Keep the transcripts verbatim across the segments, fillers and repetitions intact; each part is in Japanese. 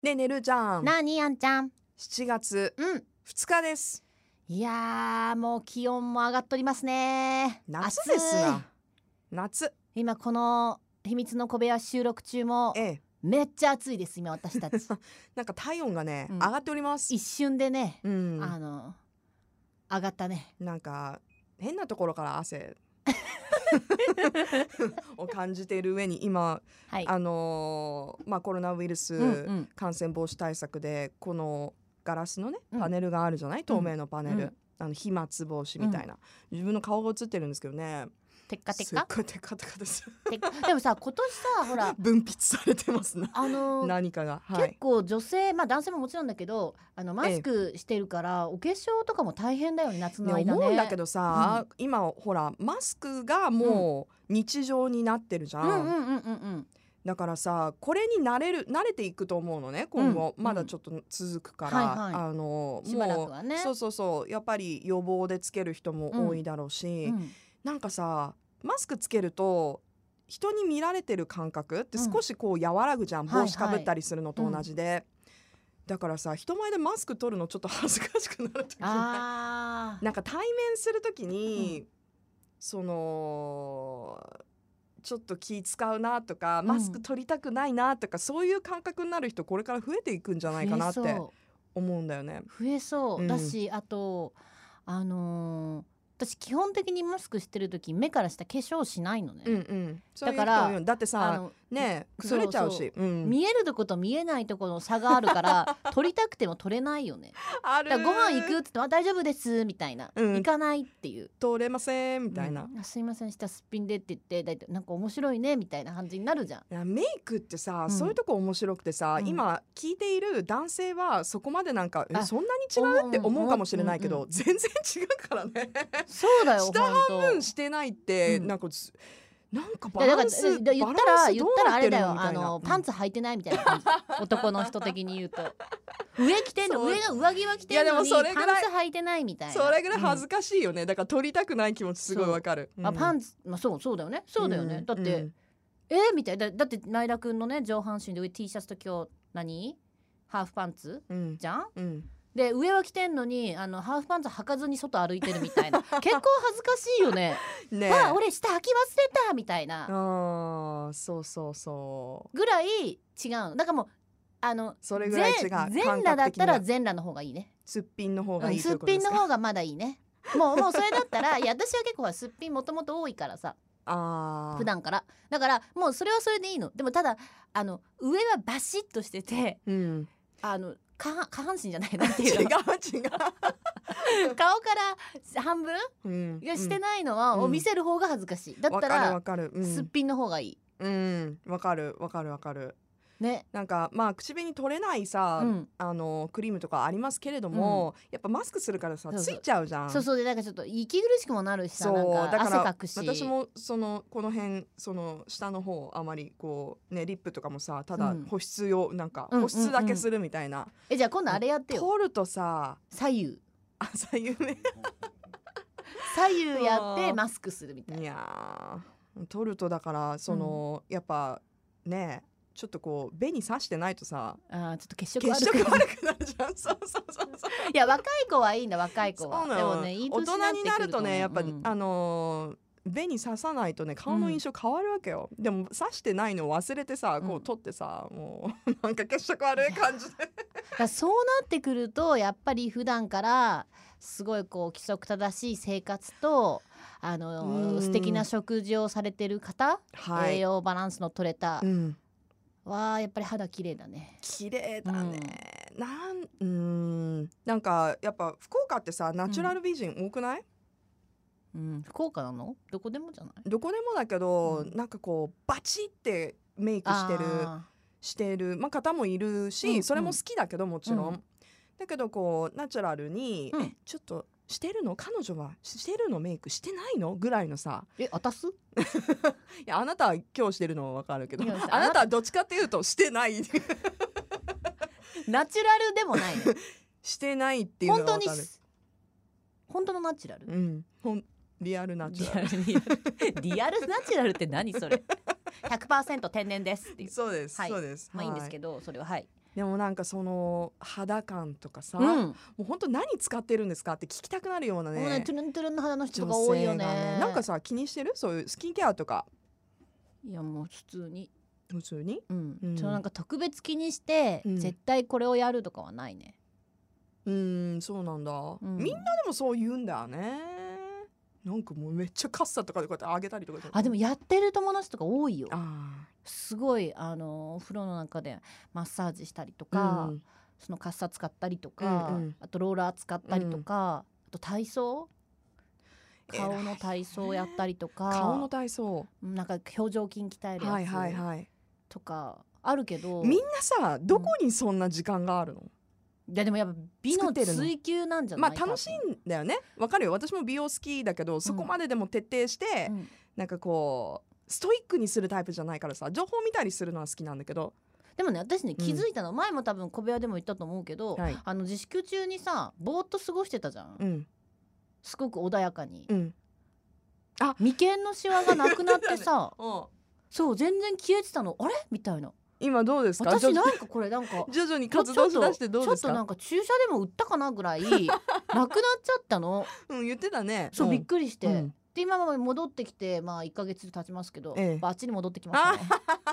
ねえねるちゃん、 なあにあんちゃん。 しちがつうんふつかです。 いやーもう気温も上がっとりますね。 夏です暑い。 な。夏。 今この秘密の小部屋収録中もええ、 めっちゃ暑いです今私たちなんか体温がね、 うん上がっております。 一瞬でね、 うん、 あの上がったね。 なんか変なところから汗を感じている上に今、 はい、 あのーまあコロナウイルスうんうん感染防止対策でこのガラスのねうんパネルがあるじゃない、透明のパネル、 うんあの飛沫防止みたいな、自分の顔が映ってるんですけどね、 テッカテッすっカごいテカテカですテッカでもさ今年さほら分泌されてますなあのー何かが、は結い、 構女性まあ男性ももちろんだけどあのマスクしてるからお化粧とかも大変だよね夏のね、 間ね。 思うんだけどさ、今ほらマスクがもう日常になってるじゃん、 うんうんうんうんうんだからさこれに慣れる慣れていくと思うのね今後、 うんまだちょっと続くから、 はいはいあのしばらもくはねうそうそうそうやっぱり予防でつける人も多いだろうし、 うんなんかさマスクつけると人に見られてる感覚って少しこう和らぐじゃん、 はいはい帽子かぶったりするのと同じで、だからさ人前でマスク取るのちょっと恥ずかしくなる時にあーなんか対面する時に、そのちょっと気使うなとか、 んマスク取りたくないなとかそういう感覚になる人これから増えていくんじゃないかなって増えそ思うんだよね。 う増えそう、 うんだしあとあのー私基本的にマスクしてる時目から下化粧しないのね、 うんうん、そういう人だからもいるだってあさのね崩れちゃうし、 そううん、 見えるとこと見えないとこの差があるから撮りたくても撮れないよね。 あるだからご飯行くって言ってあ大丈夫ですみたいな、 うん行かないっていう取れませんみたいな、 うんあすいません下すっぴんでって言ってだいたいなんか面白いねみたいな感じになるじゃん。 いやメイクってさ、 うんそういうとこ面白くてさ、 うん今聞いている男性はそこまでなんかえあそんなに違うって思うかもしれないけど、 うんうん全然違うからねそうだよ下半本当分してないって、 うんなんかつなんかバいやだからランスだ言ったら言ったらあれだよあのパンツツ履いてないみたいな感じ男の人的に言うと上着てんのそう上が上着は着てんのいやでもにそれぐらいパンツ履いてないみたいなそれぐらい恥ずかしいよね、だから取りたくない気持ちすごいわかる、 うんあパンツ、まあ、そうそうだよねそうだよね、だって、えー、みたいなだだって前田くんのね上半身で上 T シャツと今日何ハーフパンツうんうんじゃんうんで上は着てんのにあのハーフパンツ履かずに外歩いてるみたいな結構恥ずかしいよねねえあ俺下履き忘れたみたいなあーそうそうそうぐらい違うのだからもうあのそれぐらい違う全全裸だったら感覚的には全裸の方がいいね、 すっぴんの方がいいとうんすっぴんいうことですか、 の方がまだいいねもうもうそれだったらいや私は結構すっぴんもともと多いからさあー普段からだからもうそれはそれでいいのでもただあの上はバシッとしててうんあの下半下半身じゃないなんてい違ううの違顔から半分う、うん、 がしてないのは、 うんを見せる方が恥ずかしいだったわかるわら、 かる、うん、 すっぴんの方がいいうんわかるわかるわかるねなんかまあ口紅取れないさ、 うんあのクリームとかありますけれども、やっぱマスクするからさつそうそういちゃうじゃん。 そうそうでなんかちょっと息苦しくもなるしさそうなんかだから汗かくし私もそのこの辺その下の方あまりこうねリップとかもさただうん保湿用、なんかうん保湿だけするみたいな、 えじゃあ今度あれやってよ取るとさ左右あ左右ね左右やっうんてマスクするみたいないやー取るとだからその、やっぱねちょっとこう紅さしてないとさあーちょっと血色血悪く色悪くなるじゃんそうそうそうそういや若い子はいいんだ若い子はそうなのでもねいい大年人になるとねやっぱ、 うんあのー紅刺さないとね顔の印象変わるわけよ、でも刺してないのを忘れてさこううん取ってさ、もうなんか血色悪い感じでだからそうなってくるとやっぱり普段からすごいこう規則正しい生活とあのうん素敵な食事をされてる方、 はい栄養バランスの取れたうんわーやっぱり肌綺麗だね。 綺麗だね、なんうーんなんかやっぱ福岡ってさナチュラル美人多くない、 うん、福岡なのどこでもじゃないどこでもだけど、 うんなんかこうバチってメイクしてるあしてる、まあ、方もいるし、 うんうんそれも好きだけどもちろん、 うんだけどこうナチュラルに、 うんえちょっとしてるの彼女はしてるのメイクしてないのぐらいのさーえあたすいやあなたは今日してるのは分かるけどいやあなたはどっちかっていうとしてないナチュラルでもないねしてないっていうの本当にが分かる本当のナチュラルうんほんリアルナチリュラルアルリアルリアルナチュラルって何それひゃくパーセント天然ですっていうそうです、 はいそうです、 まあいいんですけど、 どそれははいでもなんかその肌感とかさ、 うん、 もう本当何使ってるんですかって聞きたくなるようなね、 もうねトゥルントゥルンの肌の人女が多いよ性がね。 なんかさ気にしてるそういうスキンケアとかいやもう普通に、 普通に、 うんうんそのなんか特別気にして、 うん絶対これをやるとかはないね。 うーんそうなんだ、 んみんなでもそう言うんだよね。なんかもうめっちゃカッサとかでこうやって上げたりとかあでもやってる友達とか多いよ。 あすごいあのお風呂の中でマッサージしたりとーか、 うんそのカッサ使ったりとか、 うんうんあとローラー使ったりとか、あと体操顔の体操やったりとか、 顔の体操なんか表情筋鍛えるはいやはいはいつとかあるけど、 みんなさどこにそんな時間があるの、 いやでもやっぱ美の作ってるの追求なんじゃない？ まあ楽しいんだよね、わかるよ、私も美容好きだけどそこまででも徹底して、 うんなんかこうストイックにするタイプじゃないからさ、情報見たりするのは好きなんだけど、 でもね私ねうん気づいたの、前も多分小部屋でも言ったと思うけど、 はいあの自粛中にさぼーっと過ごしてたじゃん、 うんすごく穏やかに、 うん眉間のシワがなくなってさうんそう全然消えてたの、あれみたいな。 今どうですか？ 私徐々 なんかこれなんか徐々に活動しだしてどうですちょっとなか？ んか注射でも打ったかなぐらいなくなっちゃったの。 うん言ってたね。 そう、 んびっくりして、 うんで今は戻ってきてまあいっかげつ経ちますけど、 ええバッチリ戻ってきましたね。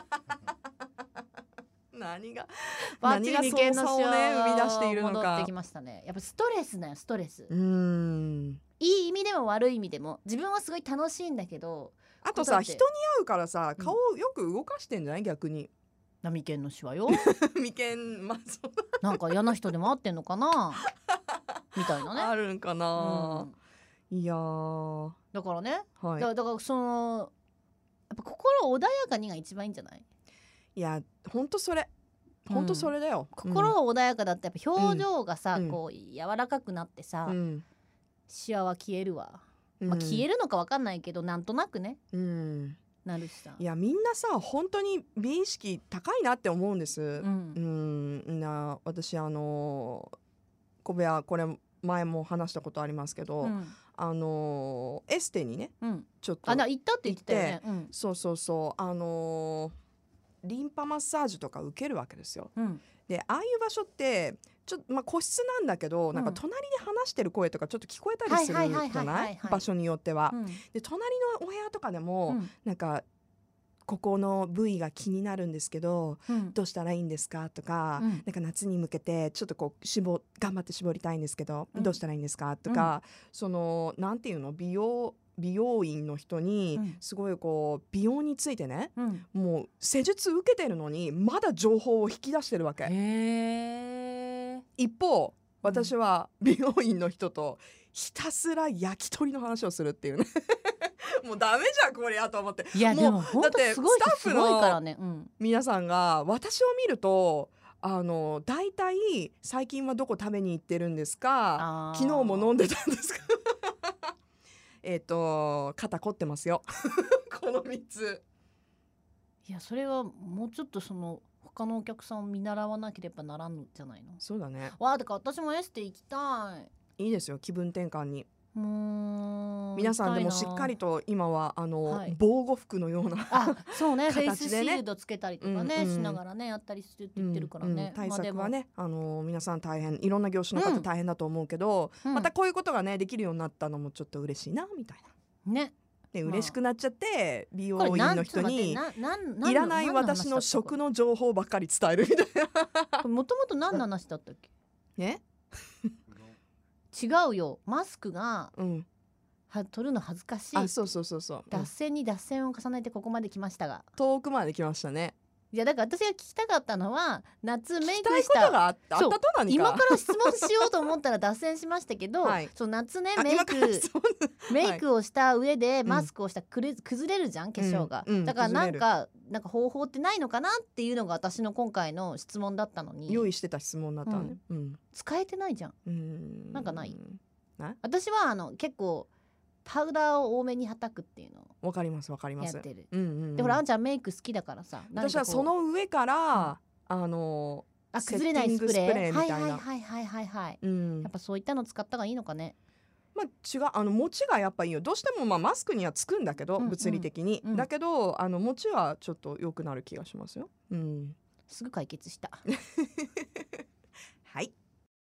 何がバッチリ眉間のシワ何が操作をね生み出しているのか戻ってきましたね。やっぱストレスだよストレス、 うーんいい意味でも悪い意味でも自分はすごい楽しいんだけど、 あとだってさ人に会うからさ顔よく動かしてんじゃない？逆に眉間のシワよ眉間まあそうなんか嫌な人でも会ってんのかなみたいなね。 あるんかうな、 ん、 いやーだからね、 はいだからだからそのやっぱ心穏やかにが一番いいんじゃない？ いやほんとそれほんとそれだよ、 心が穏やかだってやっぱ表情がさ、 うんこう柔らかくなってさ、 うんシワは消えるわ、 うんまあ、消えるのか分かんないけどなんとなくねうんなるしさ。 いやみんなさ本当に美意識高いなって思うんです。 ううんんな私あの小部屋これ前も話したことありますけど、 うんあのエステにねうん、 ちょっとあな行ったって言ってたよね。うんそうそうそうあのリンパマッサージとか受けるわけですよ。 うんでああいう場所ってちょっとまあ個室なんだけど、なんか隣で話してる声とかちょっと聞こえたりするはいはいはいじゃないはいはいはい場所によっては。 うんで隣のお部屋とかでも、 うんなんかここの部位が気になるんですけどうんどうしたらいいんですかとか、 うんなんか夏に向けてちょっとこう絞頑張って絞りたいんですけど、 うんどうしたらいいんですかとか、そのなんていうの美容美容院の人にうんすごいこう美容についてね、 うんもう施術受けてるのにまだ情報を引き出してるわけ。 へえ。 一方私は美容院の人とひたすら焼き鳥の話をするっていうねもうダメじゃんこれやと思って、 いやもうでも本だって当すごいスタッフの人すごいからね。うん皆さんが私を見るとあの大体最近はどこ食べに行ってるんですか、 あー昨日も飲んでたんですかえっと肩凝ってますよこのみっつ。 いやそれはもうちょっとその他のお客さんを見習わなければならんのじゃないの？ そうだね、 わあだから私もエステ行きたい。 いいですよ気分転換に。 もう皆さんでも行きいなしたっかりと今はあの、 はい防護服のようなあそうねフェイスシ形でねールドつけたりとかね、 うんうんしながらねやったりするって言ってるからね、 うんうん対策はまね、あの皆さん大変いろんな業種の方うん大変だと思うけど、 あでも、 またこういうことがねできるようになったのもちょっと嬉しいなみたいな。 うんねでまあ嬉しくなっちゃって美容これ院の人なんちょっと待ってにななんなんいらない私の食の情報ばっかり伝えるみたいなもともと何の話だったっけ？ ね、 違うよマスクがうん、 は取るの恥ずかしい。 あそうそうそうそう、うん脱線に脱線を重ねてここまで来ましたが、 遠くまで来ましたね。 いやだから私が聞きたかったのは夏メイ聞きたいこクしたとがあったあっそうたと何か今から質問しようと思ったら脱線しましたけど、 はいそう夏ねあメイク今から質問メイクをした上でんマスクをしたらくれ崩れるじゃん化粧が、 うんうんだからなんかなんか方法ってないのかなっていうのが私の今回の質問だったのに用意してた質問だったね。うん使えてないじゃん。 うんなんかないな私はあの結構パウダーを多めにはたくっていうのわかりますわかります。 をやってる。 うんうんうんでほらあんちゃんメイク好きだからさなんかこう私はその上から、あのあ崩れないスプレーセッティングスプレーみたいなはいはいはいはいはいはいうんやっぱそういったの使った方がいいのかね。 まあ、違うあの持ちがやっぱいいよ。どうしてもまあマスクにはつくんだけど、 うんうん物理的に、 うんだけどあの持ちはちょっと良くなる気がしますよ。うんすぐ解決した